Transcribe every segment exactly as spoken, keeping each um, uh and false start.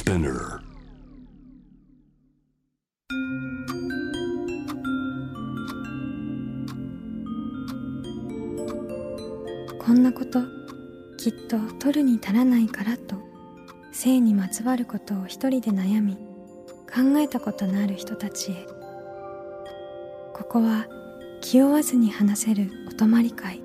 Spinner。 こんなこときっと取るに足らないからと性にまつわることを一人で悩み考えたことのある人たちへ、ここは気負わずに話せるお泊まり会。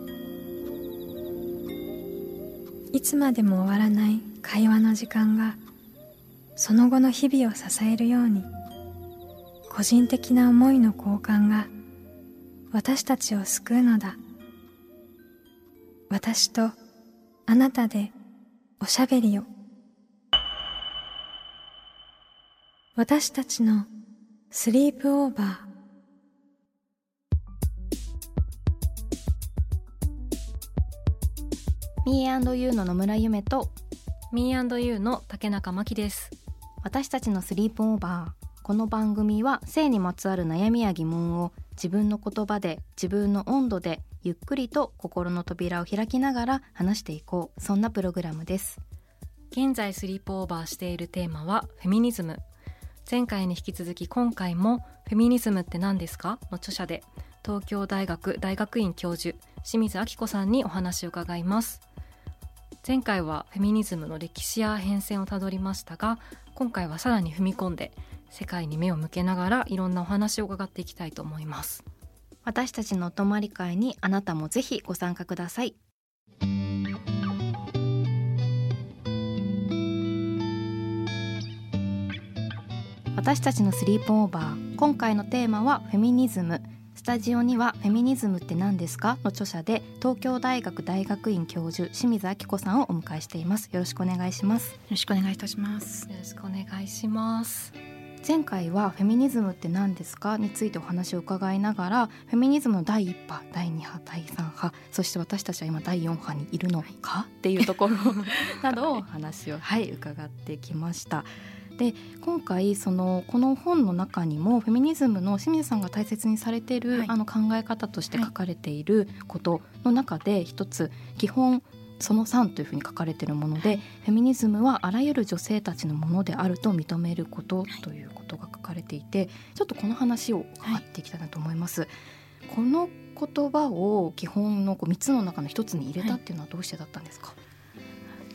いつまでも終わらない会話の時間がその後の日々を支えるように、個人的な思いの交換が私たちを救うのだ。私とあなたでおしゃべりを。私たちのスリープオーバー。 ミー&ユーの野村ゆめとミー&ユーの竹中真希です。 私たちのスリープオーバー。この番組は性にまつわる悩みや疑問を自分の言葉で自分の温度でゆっくりと心の扉を開きながら話していこう、そんなプログラムです。 現在スリープオーバーしているテーマはフェミニズム。前回に引き続き今回もフェミニズムって何ですかの著者で東京大学大学院教授清水明子さんにお話を伺います。前回はフェミニズムの歴史や変遷をたどりましたが、今回はさらに踏み込んで世界に目を向けながらいろんなお話を伺っていきたいと思います。 私たちのお泊まり会にあなたもぜひご参加ください。私たちのスリープオーバー。今回のテーマはフェミニズム。スタジオにはフェミニズムって何ですかの著者で東京大学大学院教授清水明子さんをお迎えしています。よろしくお願いします。 よろしくお願いいたします。 よろしくお願いします。 前回はフェミニズムって何ですかについてお話を伺いながら、フェミニズムのだいいっ波、だいに波、だいさん波、そして私たちは今だいよん波にいるのかっていうところなどを話を、はい、伺ってきました。で今回そのこの本の中にもフェミニズムの清水さんが大切にされている、はい、あの考え方として書かれていることの中で一つ、基本そのさんというふうに書かれているもので、はい、フェミニズムはあらゆる女性たちのものであると認めることということが書かれていて、ちょっとこの話を伺っていきたいなと思います。はい、この言葉を基本のこうみっつの中のひとつに入れたっていうのはどうしてだったんですか？はい、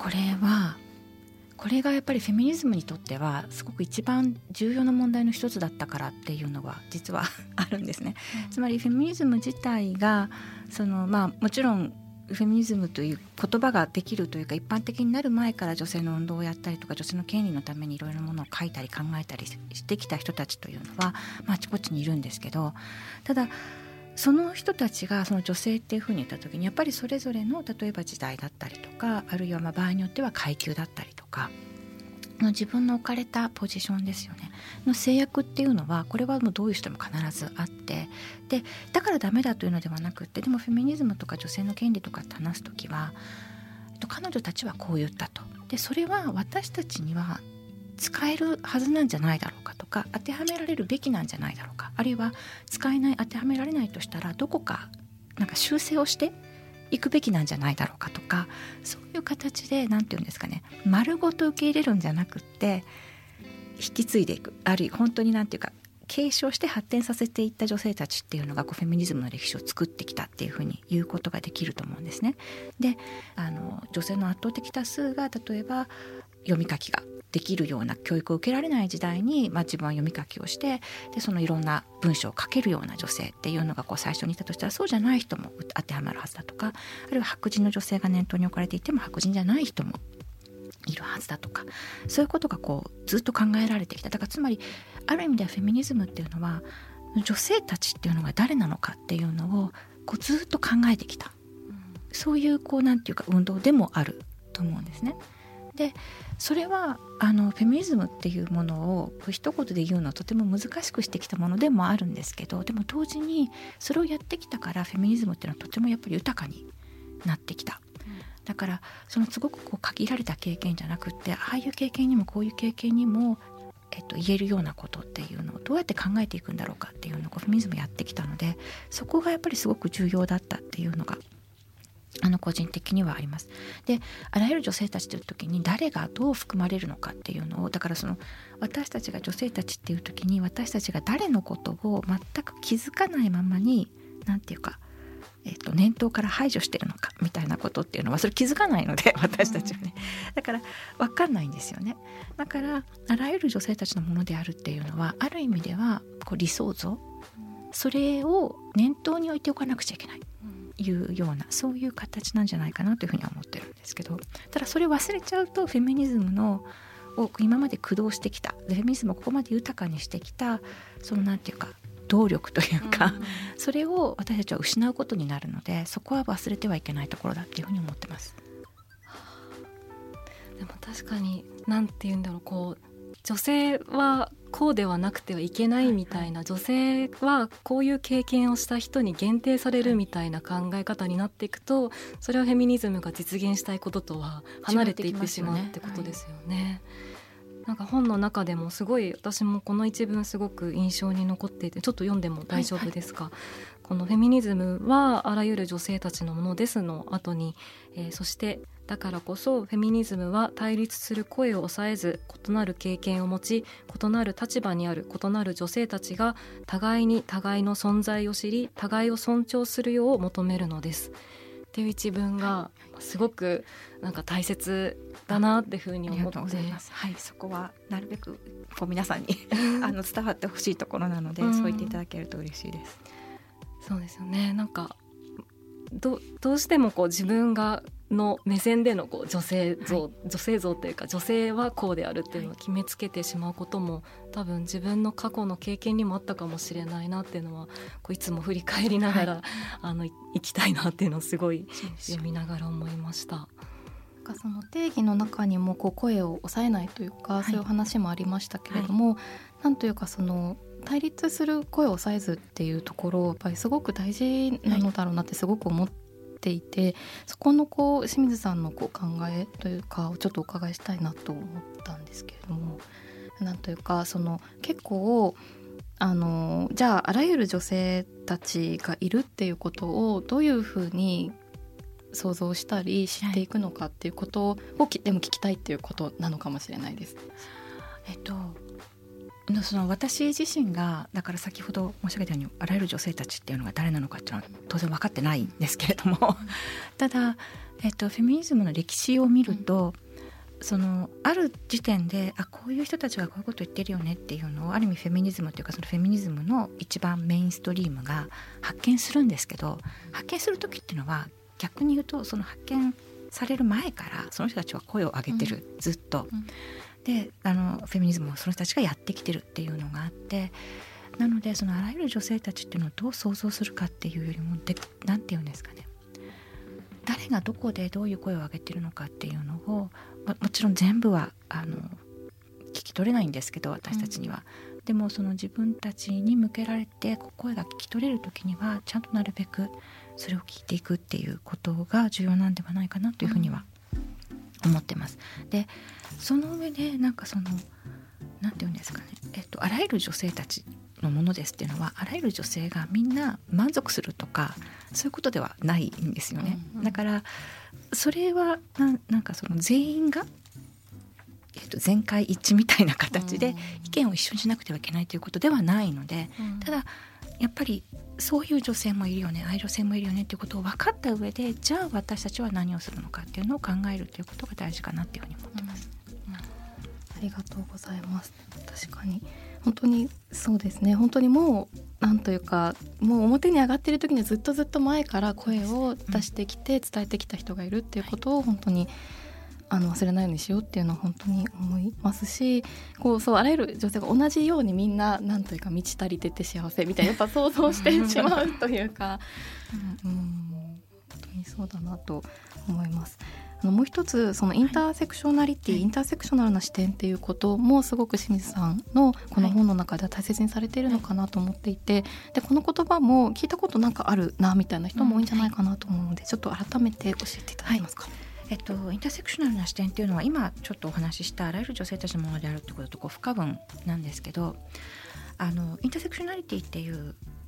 これはこれがやっぱりフェミニズムにとってはすごく一番重要な問題の一つだったからっていうのは実はあるんですね。うん、つまりフェミニズム自体がその、まあ、もちろんフェミニズムという言葉ができるというか一般的になる前から女性の運動をやったりとか女性の権利のためにいろいろなものを書いたり考えたりしてきた人たちというのは、まあ、あちこちにいるんですけど、ただその人たちがその女性っていうふうに言った時にやっぱりそれぞれの例えば時代だったりとか、あるいはまあ場合によっては階級だったりとかの自分の置かれたポジションですよねの制約っていうのは、これはもうどういう人も必ずあって、でだからダメだというのではなくって、でもフェミニズムとか女性の権利とかって話すときは彼女たちはこう言ったと、でそれは私たちには使えるはずなんじゃないだろうかとか、当てはめられるべきなんじゃないだろうか、あるいは使えない、当てはめられないとしたらどこかなんか修正をしていくべきなんじゃないだろうかとか、そういう形でなんていうんですかね、丸ごと受け入れるんじゃなくって引き継いでいく、あるいは本当になんていうか継承して発展させていった女性たちっていうのがこうフェミニズムの歴史を作ってきたっていうふうに言うことができると思うんですね。であの女性の圧倒的多数が例えば読み書きができるような教育を受けられない時代に、まあ、自分は読み書きをしてでそのいろんな文章を書けるような女性っていうのがこう最初にいたとしたら、そうじゃない人も当てはまるはずだとか、あるいは白人の女性が念頭に置かれていても白人じゃない人もいるはずだとか、そういうことがこうずっと考えられてきた。だからつまりある意味ではフェミニズムっていうのは女性たちっていうのが誰なのかっていうのをこうずっと考えてきた、うん、そういうこうなんていうか運動でもあると思うんですね。でそれはあのフェミニズムっていうものを一言で言うのはとても難しくしてきたものでもあるんですけど、でも同時にそれをやってきたからフェミニズムっていうのはとてもやっぱり豊かになってきた。だからそのすごくこう限られた経験じゃなくって、ああいう経験にもこういう経験にも、えっと、言えるようなことっていうのをどうやって考えていくんだろうかっていうのをフェミニズムやってきたので、そこがやっぱりすごく重要だったっていうのがあの個人的にはあります。で、あらゆる女性たちという時に誰がどう含まれるのかっていうのを、だからその私たちが女性たちっていう時に私たちが誰のことを全く気づかないままになんていうか、えーと、念頭から排除してるのかみたいなことっていうのはそれ気づかないので私たちはね、だから分かんないんですよね。だからあらゆる女性たちのものであるっていうのはある意味ではこう理想像、それを念頭に置いておかなくちゃいけないいうようなそういう形なんじゃないかなというふうには思ってるんですけど、ただそれ忘れちゃうとフェミニズムのを今まで駆動してきたフェミニズムをここまで豊かにしてきたそのなんていうか動力というか、うん、それを私たちは失うことになるので、そこは忘れてはいけないところだっていうふうに思ってます。 でも確かになんていうんだろう、こう女性はこうではなくてはいけないみたいな、はいはい、女性はこういう経験をした人に限定されるみたいな考え方になっていくと、それはフェミニズムが実現したいこととは離れていってしまうってことですよね。なんか本の中でもすごい私もこの一文すごく印象に残っていて、ちょっと読んでも大丈夫ですか？はいはい、このフェミニズムはあらゆる女性たちのものですの後に、えー、そしてだからこそフェミニズムは対立する声を抑えず、異なる経験を持ち異なる立場にある異なる女性たちが互いに互いの存在を知り互いを尊重するよう求めるのですっていう一文がすごくなんか大切だなっていうふうに思って、 はい、そこはなるべくこう皆さんにあの伝わってほしいところなので、うん、そう言っていただけると嬉しいです。 そうですよね。なんか ど, どうしてもこう自分がの目線でのこう女性像、はい、女性像というか女性はこうであるっていうのを決めつけてしまうことも、多分自分の過去の経験にもあったかもしれないなっていうのはこういつも振り返りながら、はい、あの生きたいなっていうのをすごい読みながら思いました。 その定義の中にもこう声を抑えないというか、はい、そういう話もありましたけれども、はい、なんというかその対立する声を抑えずっていうところやっぱりすごく大事なのだろうなってすごく思っていて、はい、そこのこう清水さんのこう考えというかをちょっとお伺いしたいなと思ったんですけれども、なんというかその結構あのじゃああらゆる女性たちがいるっていうことをどういうふうに想像したり知っていくのかっていうことを、はい、でも聞きたいっていうことなのかもしれないです。 えっとその私自身がだから先ほど申し上げたようにあらゆる女性たちっていうのが誰なのかっていうのは当然分かってないんですけれどもただ、えっと、フェミニズムの歴史を見ると、うん、そのある時点であこういう人たちがこういうことを言ってるよねっていうのをある意味フェミニズムというかそのフェミニズムの一番メインストリームが発見するんですけど、発見する時っていうのは逆に言うとその発見される前からその人たちは声を上げてる、うん、ずっと、うんであのフェミニズムをその人たちがやってきてるっていうのがあって、なのでそのあらゆる女性たちっていうのをどう想像するかっていうよりもでなんていうんですかね、誰がどこでどういう声を上げてるのかっていうのを も, もちろん全部はあの聞き取れないんですけど私たちには、うん、でもその自分たちに向けられて声が聞き取れる時にはちゃんとなるべくそれを聞いていくっていうことが重要なんではないかなというふうには思ってます。でその上でなんかそのなんていうんですかね、えっと、あらゆる女性たちのものですっていうのはあらゆる女性がみんな満足するとかそういうことではないんですよね、うんうん、だからそれは な, なんかその全員が、えっと、全会一致みたいな形で意見を一緒にしなくてはいけないということではないので、うん、ただやっぱりそういう女性もいるよね、ああいう女性もいるよねっていうことを分かった上で、じゃあ私たちは何をするのかっていうのを考えるということが大事かなっていうふうに思ってます、 うんうん、ありがとうございます。確かに本当にそうですね。本当にもうなんというかもう表に上がっている時にはずっとずっと前から声を出してきて伝えてきた人がいるっていうことを本当にあの忘れないようにしようっていうのは本当に思いますし、こうそうあらゆる女性が同じようにみんななんというか満ち足りてて幸せみたいなやっぱ想像してしまうというか、うん、うん、本当にそうだなと思います。あのもう一つそのインターセクショナリティ、はい、インターセクショナルな視点っていうこともすごく清水さんのこの本の中では大切にされているのかなと思っていて、でこの言葉も聞いたことなんかあるなみたいな人も多いんじゃないかなと思うので、ちょっと改めて教えていただけますか。はい、 えっと、インターセクショナルな視点っていうのは今ちょっとお話ししたあらゆる女性たちのものであるってこととこう不可分なんですけど、あのインターセクショナリティっていう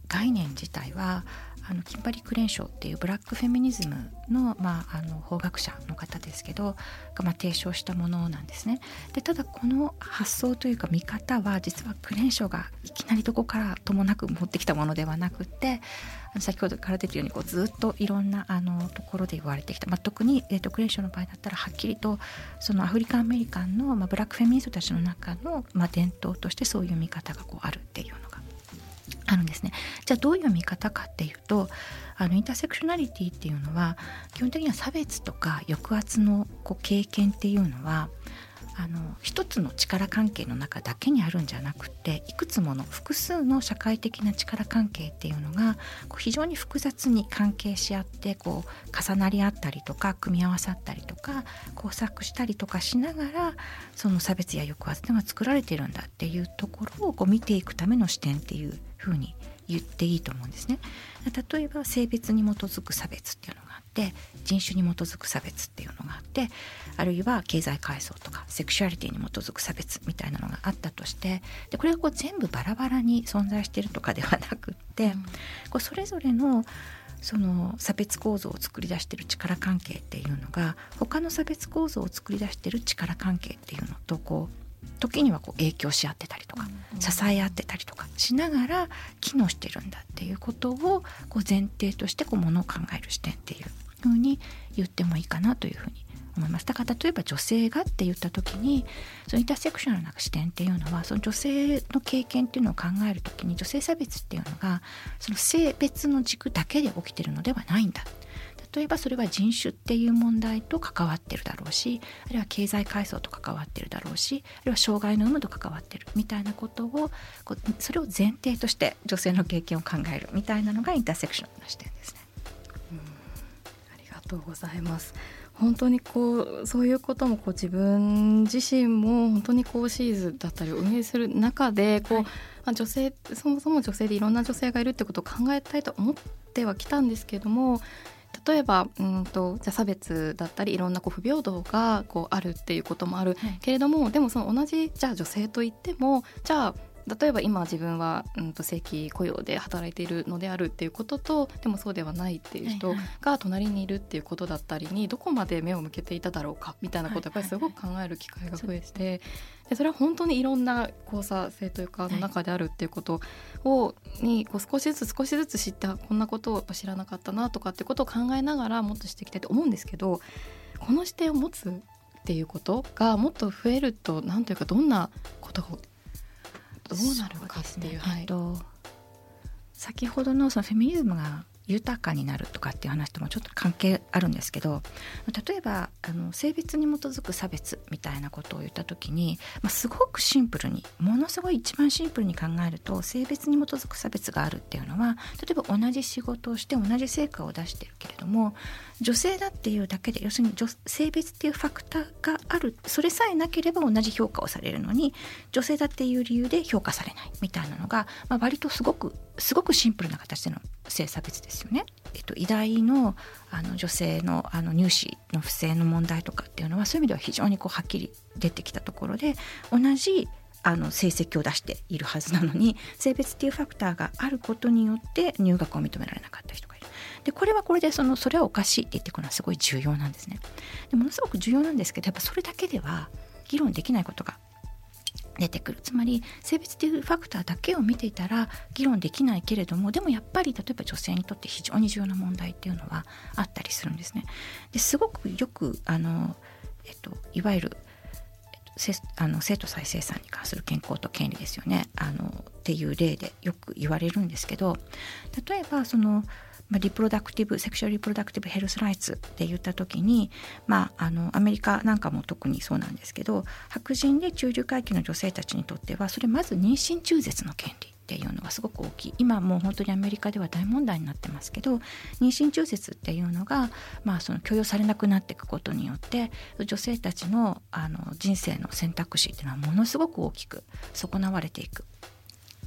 概念自体はあのキンバリー・クレンショーっていうブラックフェミニズムの、まあ、あの法学者の方ですけどが、まあ、提唱したものなんですね。でただこの発想というか見方は実はクレンショーがいきなりどこからともなく持ってきたものではなくて、あの先ほどから出てるようにこうずっといろんなあのところで言われてきた、まあ、特に、えーと、クレンショーの場合だったらはっきりとそのアフリカンアメリカンの、まあ、ブラックフェミニストたちの中の、まあ、伝統としてそういう見方がこうあるっていうのがあるんですね。じゃあどういう見方かっていうと、あのインターセクショナリティっていうのは基本的には差別とか抑圧のこう経験っていうのはあの一つの力関係の中だけにあるんじゃなくて、いくつもの複数の社会的な力関係っていうのがこう非常に複雑に関係し合ってこう重なり合ったりとか組み合わさったりとか交錯したりとかしながらその差別や抑圧というのが作られているんだっていうところをこう見ていくための視点っていうふうに言っていいと思うんですね。例えば性別に基づく差別っていうのがあって、人種に基づく差別っていうのがあって、あるいは経済階層とかセクシュアリティに基づく差別みたいなのがあったとして、でこれがこう全部バラバラに存在しているとかではなくって、うん、こうそれぞれのその差別構造を作り出している力関係っていうのが他の差別構造を作り出している力関係っていうのとこう時にはこう影響し合ってたりとか、うん、支え合ってたりとかしながら機能してるんだっていうことをこう前提としてこうものを考える視点っていうふうに言ってもいいかなというふうに思います。だから例えば女性がって言った時にそのインターセクショナルな視点っていうのはその女性の経験っていうのを考える時に女性差別っていうのがその性別の軸だけで起きてるのではないんだ。例えばそれは人種っていう問題と関わってるだろうし、あるいは経済階層と関わってるだろうし、あるいは障害の有無と関わってるみたいなことをこうそれを前提として女性の経験を考えるみたいなのがインターセクショナルな視点ですね。 うん、ありがとうございます。本当にこうそういうこともこう自分自身も本当にこうシーズだったりを運営する中でこう、はい、まあ、女性そもそも女性でいろんな女性がいるってことを考えたいと思ってはきたんですけれども、例えばうんとじゃあ差別だったりいろんなこう不平等がこうあるっていうこともある、はい、けれども、でもその同じじゃあ女性といってもじゃあ例えば今自分は、うん、と正規雇用で働いているのであるっていうことと、でもそうではないっていう人が隣にいるっていうことだったりにどこまで目を向けていただろうかみたいなことをやっぱりすごく考える機会が増えて、でそれは本当にいろんな交差性というかの中であるっていうことをにこう少しずつ少しずつ知って、こんなことを知らなかったなとかっていうことを考えながらもっとしていきたいと思うんですけど、この視点を持つっていうことがもっと増えるとなんというかどんなことがどうなるかっていう、はい、と先ほどのそのフェミニズムが豊かになるとかっていう話ともちょっと関係あるんですけど、例えばあの性別に基づく差別みたいなことを言った時に、まあ、すごくシンプルにものすごい一番シンプルに考えると性別に基づく差別があるっていうのは、例えば同じ仕事をして同じ成果を出してるけれども女性だっていうだけで、要するに女性別っていうファクターがある、それさえなければ同じ評価をされるのに女性だっていう理由で評価されないみたいなのが、まあ、割とすごくすごくシンプルな形での性差別ですよね。えっと、医大 の, あの女性 の, あの入試の不正の問題とかっていうのはそういう意味では非常にこうはっきり出てきたところで、同じあの成績を出しているはずなのに性別っていうファクターがあることによって入学を認められなかった人がいる。でこれはこれで そ, のそれはおかしいって言っていくのはすごい重要なんですね。でものすごく重要なんですけど、やっぱそれだけでは議論できないことが出てくる。つまり性別というファクターだけを見ていたら議論できないけれども、でもやっぱり例えば女性にとって非常に重要な問題っていうのはあったりするんですね。ですごくよくあの、えっと、いわゆるあの生徒再生産に関する健康と権利ですよね、あのっていう例でよく言われるんですけど、例えばそのまあ、リプロダクティブセクシュアルリプロダクティブヘルスライツって言った時に、まあ、あのアメリカなんかも特にそうなんですけど、白人で中流階級の女性たちにとってはそれまず妊娠中絶の権利っていうのがすごく大きい。今もう本当にアメリカでは大問題になってますけど、妊娠中絶っていうのが、まあ、その許容されなくなっていくことによって女性たち の, あの人生の選択肢っていうのはものすごく大きく損なわれていく。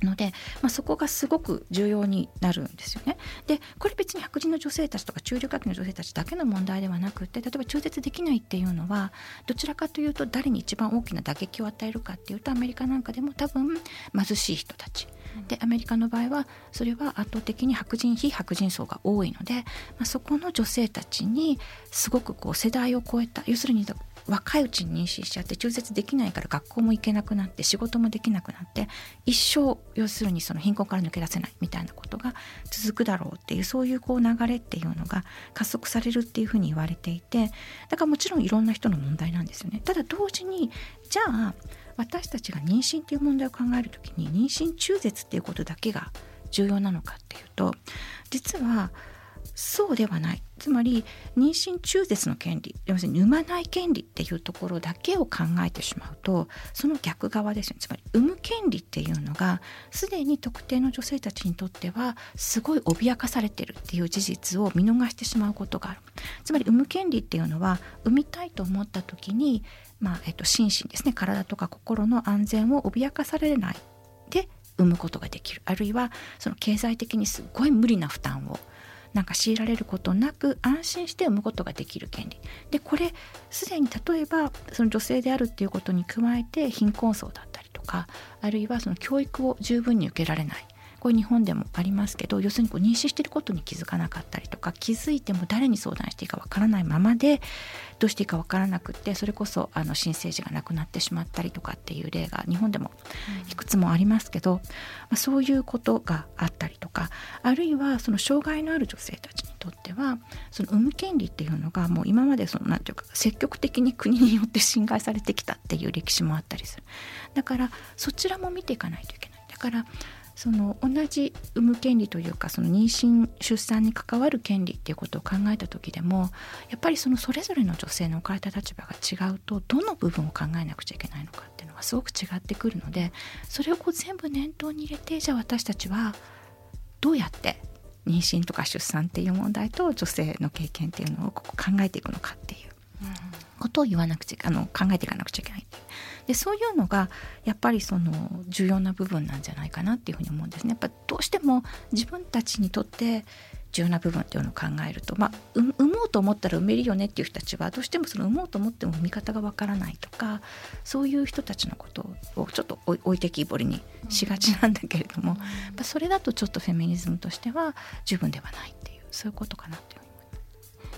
ので、まあ、そこがすごく重要になるんですよね。でこれ別に白人の女性たちとか中流階級の女性たちだけの問題ではなくて、例えば中絶できないっていうのはどちらかというと誰に一番大きな打撃を与えるかっていうと、アメリカなんかでも多分貧しい人たちで、アメリカの場合はそれは圧倒的に白人非白人層が多いので、まあ、そこの女性たちにすごくこう世代を超えた、要するに若いうちに妊娠しちゃって中絶できないから学校も行けなくなって仕事もできなくなって一生要するにその貧困から抜け出せないみたいなことが続くだろうっていう、そういうこう流れっていうのが加速されるっていうふうに言われていて、だからもちろんいろんな人の問題なんですよね。ただ同時にじゃあ私たちが妊娠っていう問題を考えるときに妊娠中絶っていうことだけが重要なのかっていうと、実はそうではない。つまり妊娠中絶の権利、要するに産まない権利っていうところだけを考えてしまうと、その逆側ですよね。つまり産む権利っていうのがすでに特定の女性たちにとってはすごい脅かされているっていう事実を見逃してしまうことがある。つまり産む権利っていうのは産みたいと思った時に、まあえっと、心身ですね、体とか心の安全を脅かされないで産むことができる。あるいはその経済的にすごい無理な負担をなんか強いられることなく安心して産むことができる権利で、これすでに例えばその女性であるっていうことに加えて貧困層だったりとか、あるいはその教育を十分に受けられない、これ日本でもありますけど、要するにこう妊娠していることに気づかなかったりとか、気づいても誰に相談していいかわからないままでどうしていいかわからなくって、それこそあの新生児が亡くなってしまったりとかっていう例が日本でもいくつもありますけど、まあ、そういうことがあったりとか、あるいはその障害のある女性たちにとってはその産む権利っていうのがもう今までそのなんていうか積極的に国によって侵害されてきたっていう歴史もあったりする。だからそちらも見ていかないといけない。だからその同じ産む権利というか、その妊娠出産に関わる権利っていうことを考えた時でも、やっぱりそのそれぞれの女性の置かれた立場が違うと、どの部分を考えなくちゃいけないのかっていうのがすごく違ってくるので、それをこう全部念頭に入れて、じゃあ私たちはどうやって妊娠とか出産っていう問題と女性の経験っていうのをここ考えていくのかっていうことを言わなくちゃあの考えていかなくちゃいけないっていう。でそういうのがやっぱりその重要な部分なんじゃないかなっていうふうに思うんですね。やっぱどうしても自分たちにとって重要な部分っていうのを考えると、まあ、産もうと思ったら産めるよねっていう人たちはどうしてもその産もうと思っても産み方がわからないとか、そういう人たちのことをちょっと置いてきぼりにしがちなんだけれども、やっぱそれだとちょっとフェミニズムとしては十分ではないっていう、そういうことかなっていうふうに思います。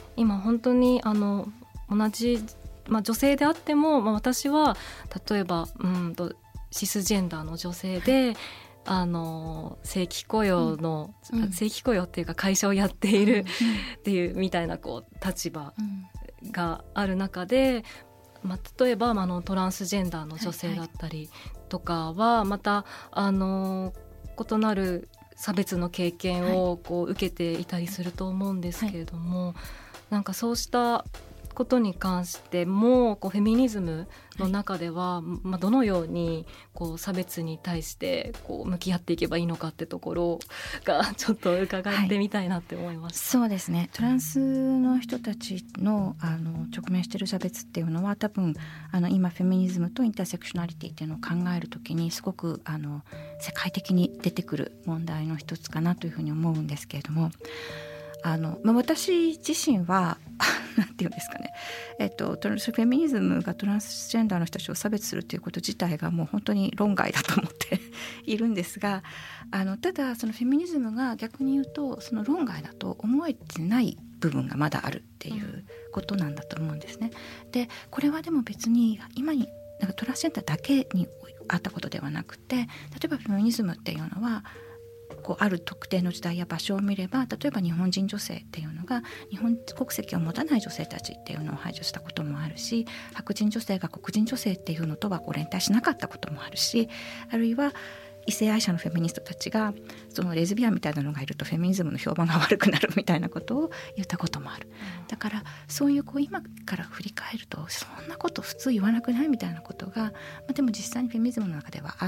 今本当にあの同じまあ、女性であっても、まあ、私は例えばうんとシスジェンダーの女性で、はい、あの正規雇用の、うん、正規雇用っていうか会社をやっている、うん、っていうみたいなこう立場がある中で、まあ、例えば、まあ、あのトランスジェンダーの女性だったりとかはまたあの異なる差別の経験をこう受けていたりすると思うんですけれども、はい、なんかそうしたことに関してもこうフェミニズムの中では、はいまあ、どのようにこう差別に対してこう向き合っていけばいいのかってところがちょっと伺ってみたいなって思いました。 はい、そうですね。トランスの人たち の, あの直面している差別っていうのは多分あの今フェミニズムとインターセクショナリティっていうのを考えるときにすごくあの世界的に出てくる問題の一つかなというふうに思うんですけれども、あの、まあ、私自身はなんていうんですかね、えっと、トランスフェミニズムがトランスジェンダーの人たちを差別するということ自体がもう本当に論外だと思っているんですが、あのただそのフェミニズムが逆に言うとその論外だと思えてない部分がまだあるっていうことなんだと思うんですね。でこれはでも別に今になんかトランスジェンダーだけにあったことではなくて、例えばフェミニズムっていうのはこうある特定の時代や場所を見れば、例えば日本人女性っていうのが日本国籍を持たない女性たちっていうのを排除したこともあるし、白人女性が黒人女性っていうのとはこう連帯しなかったこともあるし、あるいは異性愛者のフェミニストたちがそのレズビアンみたいなのがいるとフェミニズムの評判が悪くなるみたいなことを言ったこともある。だからそういうこう今から振り返るとそんなこと普通言わなくないみたいなことが、まあ、でも実際にフェミニズムの中ではあって、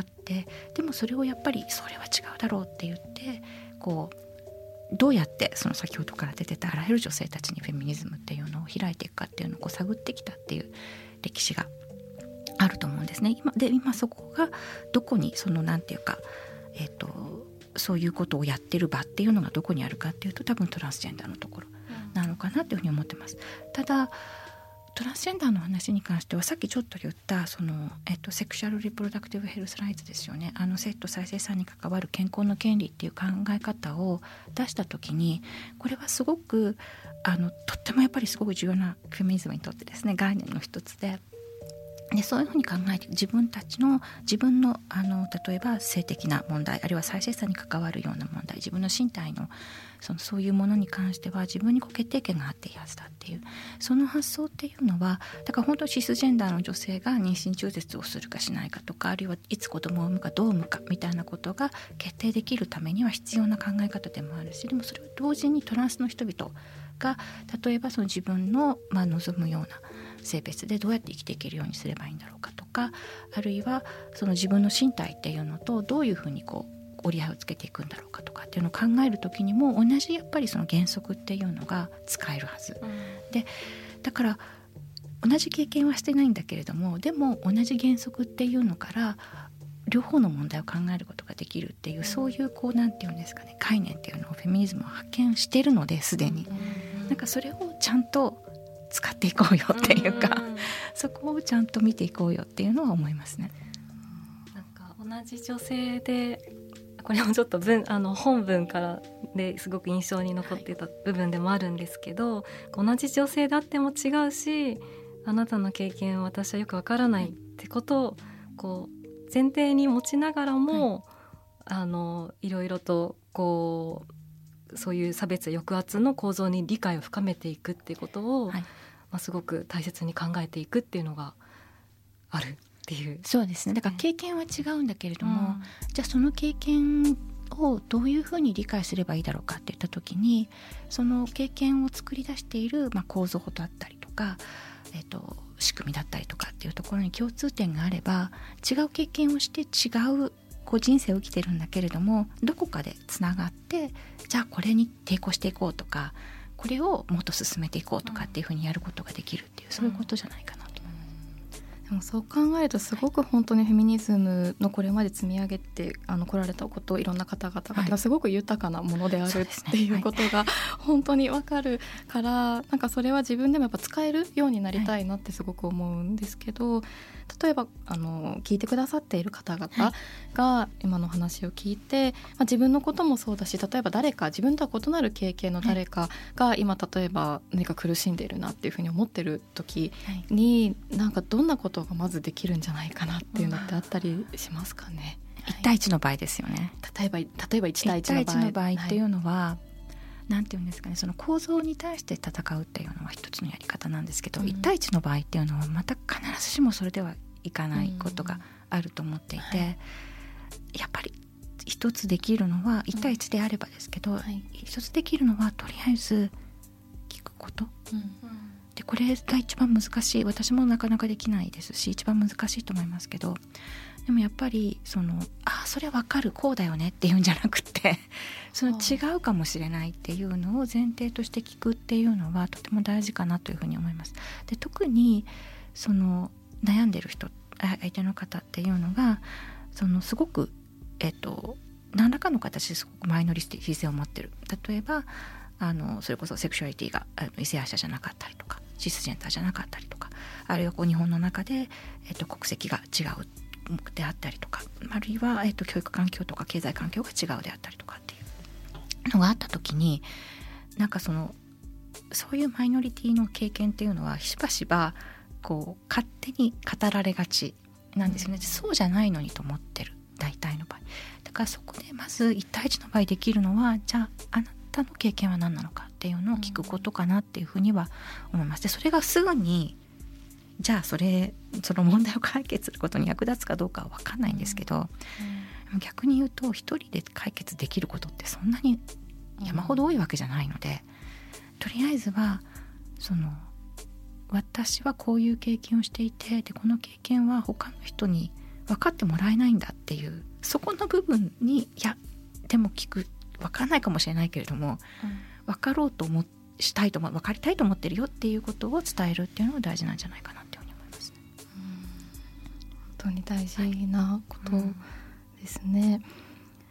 でもそれをやっぱりそれは違うだろうって言ってこうどうやってその先ほどから出てたあらゆる女性たちにフェミニズムっていうのを開いていくかっていうのをこう探ってきたっていう歴史があると思うんですね。今で今そこがどこにそのなんていうか、 えーと、そういうことをやってる場っていうのがどこにあるかっていうと、多分トランスジェンダーのところなのかなというふうに思ってます。ただトランスジェンダーの話に関してはさっきちょっと言ったその、えっと、セクシャルリプロダクティブヘルスライツですよね。あの性と再生産に関わる健康の権利っていう考え方を出した時に、これはすごくあのとってもやっぱりすごく重要なフェミニズムにとってですね概念の一つで、でそういうふうに考えて自分たちの自分の、あの例えば性的な問題、あるいは再生産に関わるような問題、自分の身体のそのそういうものに関しては自分にこう決定権があっていいはずだっていう、その発想っていうのは、だから本当にシスジェンダーの女性が妊娠中絶をするかしないかとか、あるいはいつ子供を産むかどう産むかみたいなことが決定できるためには必要な考え方でもあるし、でもそれを同時にトランスの人々が例えばその自分の、まあ、望むような性別でどうやって生きていけるようにすればいいんだろうかとか、あるいはその自分の身体っていうのとどういうふうにこう折り合いをつけていくんだろうかとかっていうのを考えるときにも、同じやっぱりその原則っていうのが使えるはず、うん、でだから同じ経験はしてないんだけれども、でも同じ原則っていうのから両方の問題を考えることができるっていう、そういうこうなんていうんですかね、概念っていうのをフェミニズムは発見しているのですでに、うん、なんかそれをちゃんと使っていこうよっていうか、うん、そこをちゃんと見ていこうよっていうのは思いますね。 なんか同じ女性で、これもちょっと文あの本文からですごく印象に残ってた部分でもあるんですけど、はい、同じ女性であっても違うし、あなたの経験は私はよくわからないってことをこう前提に持ちながらも、はい、あのいろいろとこうそういう差別や抑圧の構造に理解を深めていくっていうことを、はい、まあ、すごく大切に考えていくっていうのがあるっていう。 そうですね。だから経験は違うんだけれども、うん、じゃあその経験をどういうふうに理解すればいいだろうかっていった時に、その経験を作り出している、まあ、構造だったりとか、えっと、仕組みだったりとかっていうところに共通点があれば、違う経験をして違うこう人生を生きてるんだけれども、どこかでつながって、じゃあこれに抵抗していこうとか、これをもっと進めていこうとかっていうふうにやることができるっていう、そういうことじゃないかなと。 でもそう考えるとすごく本当にフェミニズムのこれまで積み上げてあの来られたことをいろんな方々がすごく豊かなものであるっていうことが本当に分かるから、なんかそれは自分でもやっぱ使えるようになりたいなってすごく思うんですけど、例えばあの聞いてくださっている方々が今の話を聞いて、まあ、自分のこともそうだし、例えば誰か自分とは異なる経験の誰かが今例えば何か苦しんでいるなっていうふうに思ってる時に、なんかどんなことがまずできるんじゃないかなっていうのってあったりしますかね。 いち対いちの場合ですよね。 例えば、例えばいち対いちの場合、いち対いちの場合っていうのは、はい、なんていうんですかね、その構造に対して戦うっていうのは一つのやり方なんですけど、うん、いち対いちの場合っていうのはまた必ずしもそれではいかないことがあると思っていて、うん、はい、やっぱり一つできるのはいち対いちであればですけど、うんはい、一つできるのはとりあえず聞くこと、うんでこれが一番難しい。私もなかなかできないですし、一番難しいと思いますけど、でもやっぱりそのあそれ分かるこうだよねっていうんじゃなくてその違うかもしれないっていうのを前提として聞くっていうのはとても大事かなというふうに思います。で特にその悩んでる人、相手の方っていうのがそのすごく、えっと、何らかの形ですごくマイノリティ性を持ってる。例えばあのそれこそセクシュアリティがあの異性愛者じゃなかったりとか、シスジェンダーじゃなかったりとか、あるいはこう日本の中で、えっと、国籍が違うであったりとか、あるいは、えっと、教育環境とか経済環境が違うであったりとかっていうのがあった時に、なんかそのそういうマイノリティの経験っていうのはしばしばこう勝手に語られがちなんですよね、うん、そうじゃないのにと思ってる大体の場合だから、そこでまずいち対いちの場合できるのは、じゃああなたの経験は何なのかっていうのを聞くことかなっていうふうには思います。でそれがすぐにじゃあそれその問題を解決することに役立つかどうかは分かんないんですけど、うん、逆に言うと一人で解決できることってそんなに山ほど多いわけじゃないので、うん、とりあえずはその私はこういう経験をしていて、でこの経験は他の人に分かってもらえないんだっていう、そこの部分にいやでも聞く分かんないかもしれないけれども、うん、分かろうと思したいと思う分かりたいと思ってるよっていうことを伝えるっていうのが大事なんじゃないかなっていうふうに思います、ね、 うん、本当に大事なことですね、はい、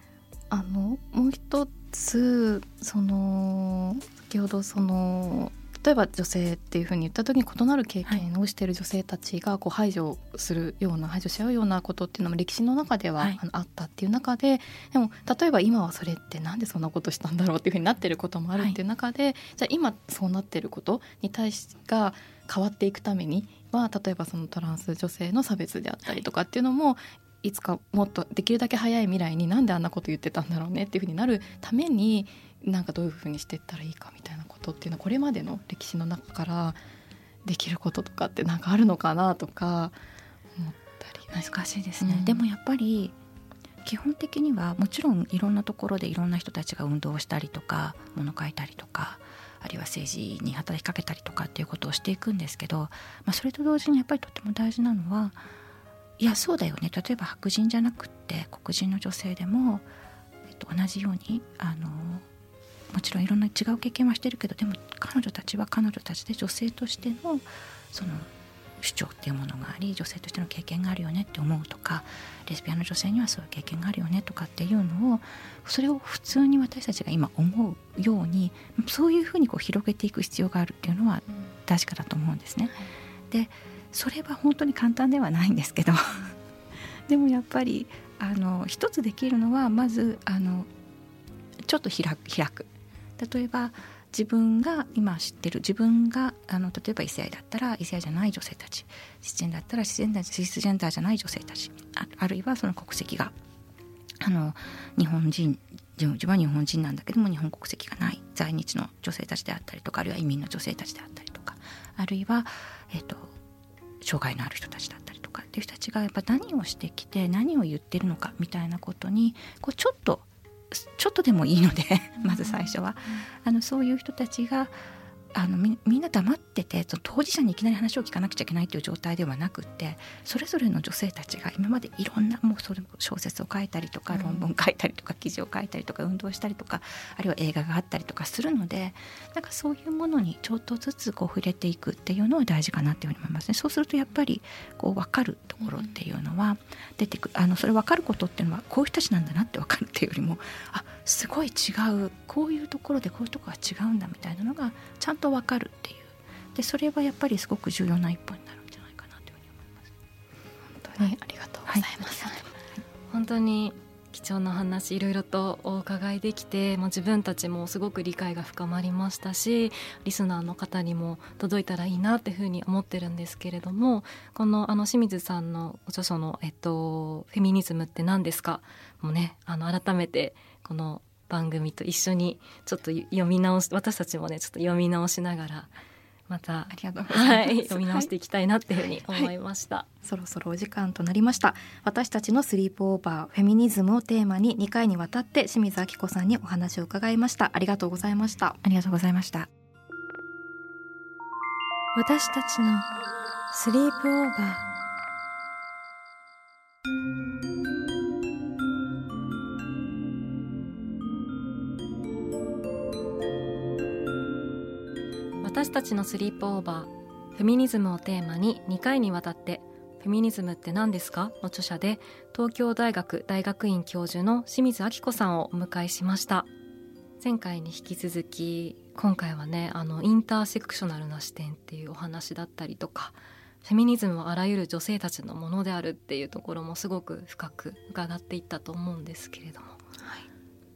あのもう一つその先ほどその例えば女性っていうふうに言った時に異なる経験をしている女性たちがこう排除するような排除し合うようなことっていうのも歴史の中では、はい、あのあったっていう中で、でも例えば今はそれってなんでそんなことしたんだろうっていうふうになってることもあるっていう中で、はい、じゃあ今そうなってることに対してが変わっていくためには、例えばそのトランス女性の差別であったりとかっていうのも、いつかもっとできるだけ早い未来になんであんなこと言ってたんだろうねっていうふうになるために、なんかどういうふうにしていったらいいかみたいなことっていうのはこれまでの歴史の中からできることとかってなんかあるのかなとか思ったり。 難しいですね、うん、でもやっぱり基本的にはもちろんいろんなところでいろんな人たちが運動をしたりとか物書いたりとか、あるいは政治に働きかけたりとかっていうことをしていくんですけど、まあ、それと同時にやっぱりとても大事なのは、いやそうだよね、例えば白人じゃなくって黒人の女性でも、えっと、同じようにあのもちろんいろんな違う経験はしてるけど、でも彼女たちは彼女たちで女性としてのその主張っていうものがあり、女性としての経験があるよねって思うとか、レズビアンの女性にはそういう経験があるよねとかっていうのを、それを普通に私たちが今思うように、そういうふうにこう広げていく必要があるっていうのは確かだと思うんですね。でそれは本当に簡単ではないんですけどでもやっぱりあの一つできるのは、まずあのちょっと開く開く例えば自分が今知ってる自分があの例えば異性愛だったら異性愛じゃない女性たち、シスジェンダーだったらシスジェンダー、シスジェンダーじゃない女性たち、 あ, あるいはその国籍があの日本人、自分は日本人なんだけども日本国籍がない在日の女性たちであったりとか、あるいは移民の女性たちであったりとか、あるいは、えーと、障害のある人たちだったりとかっていう人たちがやっぱ何をしてきて何を言ってるのかみたいなことにこうちょっとちょっとでもいいのでまず最初はあのそういう人たちがあの み, みんな黙ってて、その当事者にいきなり話を聞かなくちゃいけないという状態ではなくって、それぞれの女性たちが今までいろんなもうそれ小説を書いたりとか、論文書いたりとか記事を書いたりとか運動したりとか、あるいは映画があったりとかするので、なんかそういうものにちょっとずつこう触れていくっていうのは大事かなっていうふうに思いますね。そうするとやっぱりこう分かるところっていうのは出てくる、あのそれ分かることっていうのはこういう人たちなんだなって分かるっていうよりも、あすごい違う、こういうところでこういうところが違うんだみたいなのがちゃんと分かるっていう、でそれはやっぱりすごく重要な一歩になるんじゃないかなというふうに思います。 本当にありがとうございます、はいはい、 本当に貴重な話いろいろとお伺いできて、まあ、自分たちもすごく理解が深まりましたし、リスナーの方にも届いたらいいなっていうふうに思ってるんですけれども、このあの清水さんの著書の、えっと、フェミニズムって何ですかもうね、あの改めてこの番組と一緒にちょっと読み直し、私たちもねちょっと読み直しながらまたありがとうございます、 はい、読み直していきたいなっていうふうに思いました、はい、 そろそろお時間となりました。私たちのスリープオーバーフェミニズムをテーマににかいにわたって清水明子さんにお話を伺いました。ありがとうございました。 ありがとうございました。 私たちのスリープオーバー。 私たちのスリープオーバーフェミニズムをテーマににかいにわたってフェミニズムって何ですかの著者で東京大学大学院教授の清水明子さんをお迎えしました。前回に引き続き今回はね、あのインターセクショナルな視点っていうお話だったりとか、フェミニズムはあらゆる女性たちのものであるっていうところもすごく深く伺っていったと思うんですけれども、はい、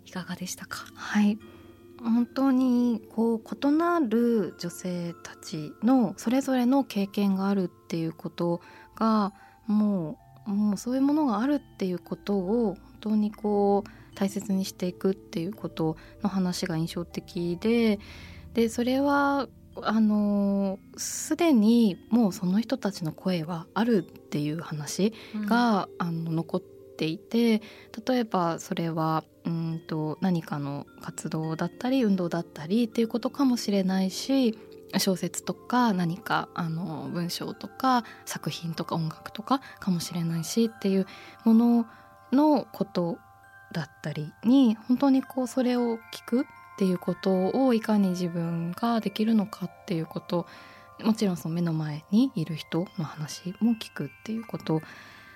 いかがでしたか？ はい、本当にこう異なる女性たちのそれぞれの経験があるっていうことがもう、もうそういうものがあるっていうことを本当にこう大切にしていくっていうことの話が印象的で、でそれはあのすでにもうその人たちの声はあるっていう話が、うん、あの残っていて、例えばそれはうんと何かの活動だったり運動だったりっていうことかもしれないし、小説とか何かあの文章とか作品とか音楽とかかもしれないしっていうもののことだったりに、本当にこうそれを聞くっていうことをいかに自分ができるのかっていうこと、もちろんその目の前にいる人の話も聞くっていうこと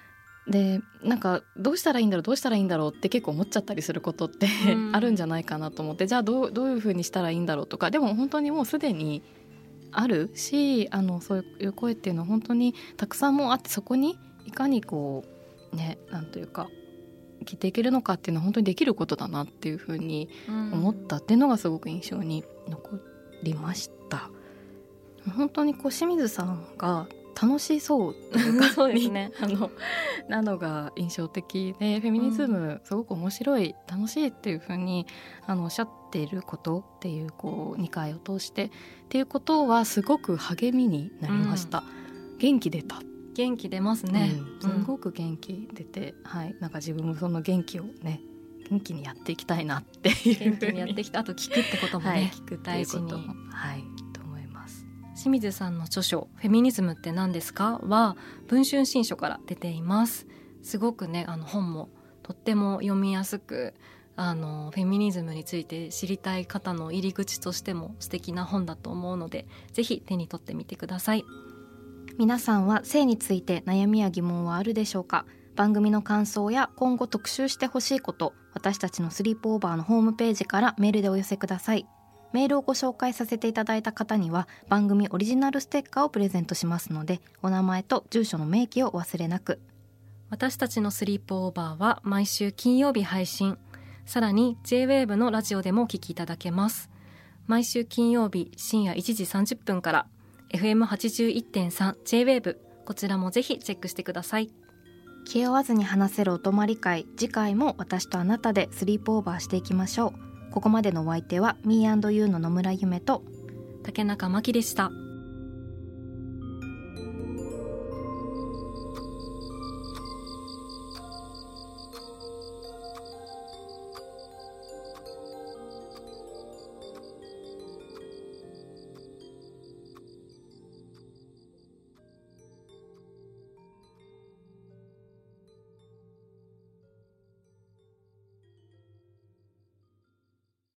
でなんかどうしたらいいんだろうどうしたらいいんだろうって結構思っちゃったりすることってあるんじゃないかなと思って、じゃあどう、どういうふうにしたらいいんだろうとか、でも本当にもうすでにあるし、あのそういう声っていうのは本当にたくさんもあって、そこにいかにこうね、なんというか生きていけるのかっていうのは本当にできることだなっていうふうに思ったっていうのがすごく印象に残りました、うん、本当にこう清水さんが楽しそうっていうかそうですねあのなのが印象的で、フェミニズムすごく面白い、楽しいっていうふうにあのおっしゃっていることっていう、こうにかいを通してっていうことはすごく励みになりました、うん、元気出た、 元気出ますね、 うん、すごく元気出て、はい、なんか自分もその元気をね元気にやっていきたいなっていう元気にやってきた、あと聞くってこともね、はい、聞く大事に、 はい、と思います。 清水さんの著書フェミニズムって何ですかは文春新書から出ています。すごくね、あの本もとっても読みやすく、あのフェミニズムについて知りたい方の入り口としても素敵な本だと思うので、ぜひ手に取ってみてください。 皆さんは性について悩みや疑問はあるでしょうか。番組の感想や今後特集してほしいこと、私たちのスリープオーバーのホームページからメールでお寄せください。メールをご紹介させていただいた方には番組オリジナルステッカーをプレゼントしますので、お名前と住所の明記をお忘れなく。 私たちのスリープオーバーは毎週金曜日配信、さらに ジェイウェーブ のラジオでもお聞きいただけます。毎週金曜日深夜いちじさんじゅっぷんから エフエムはちじゅういってんさん ジェイウェーブ、 こちらもぜひチェックしてください。 気負わずに話せるお泊まり会、次回も私とあなたでスリープオーバーしていきましょう。ここまでのお相手は ミーアンドユー の野村ゆめと竹中真希でした。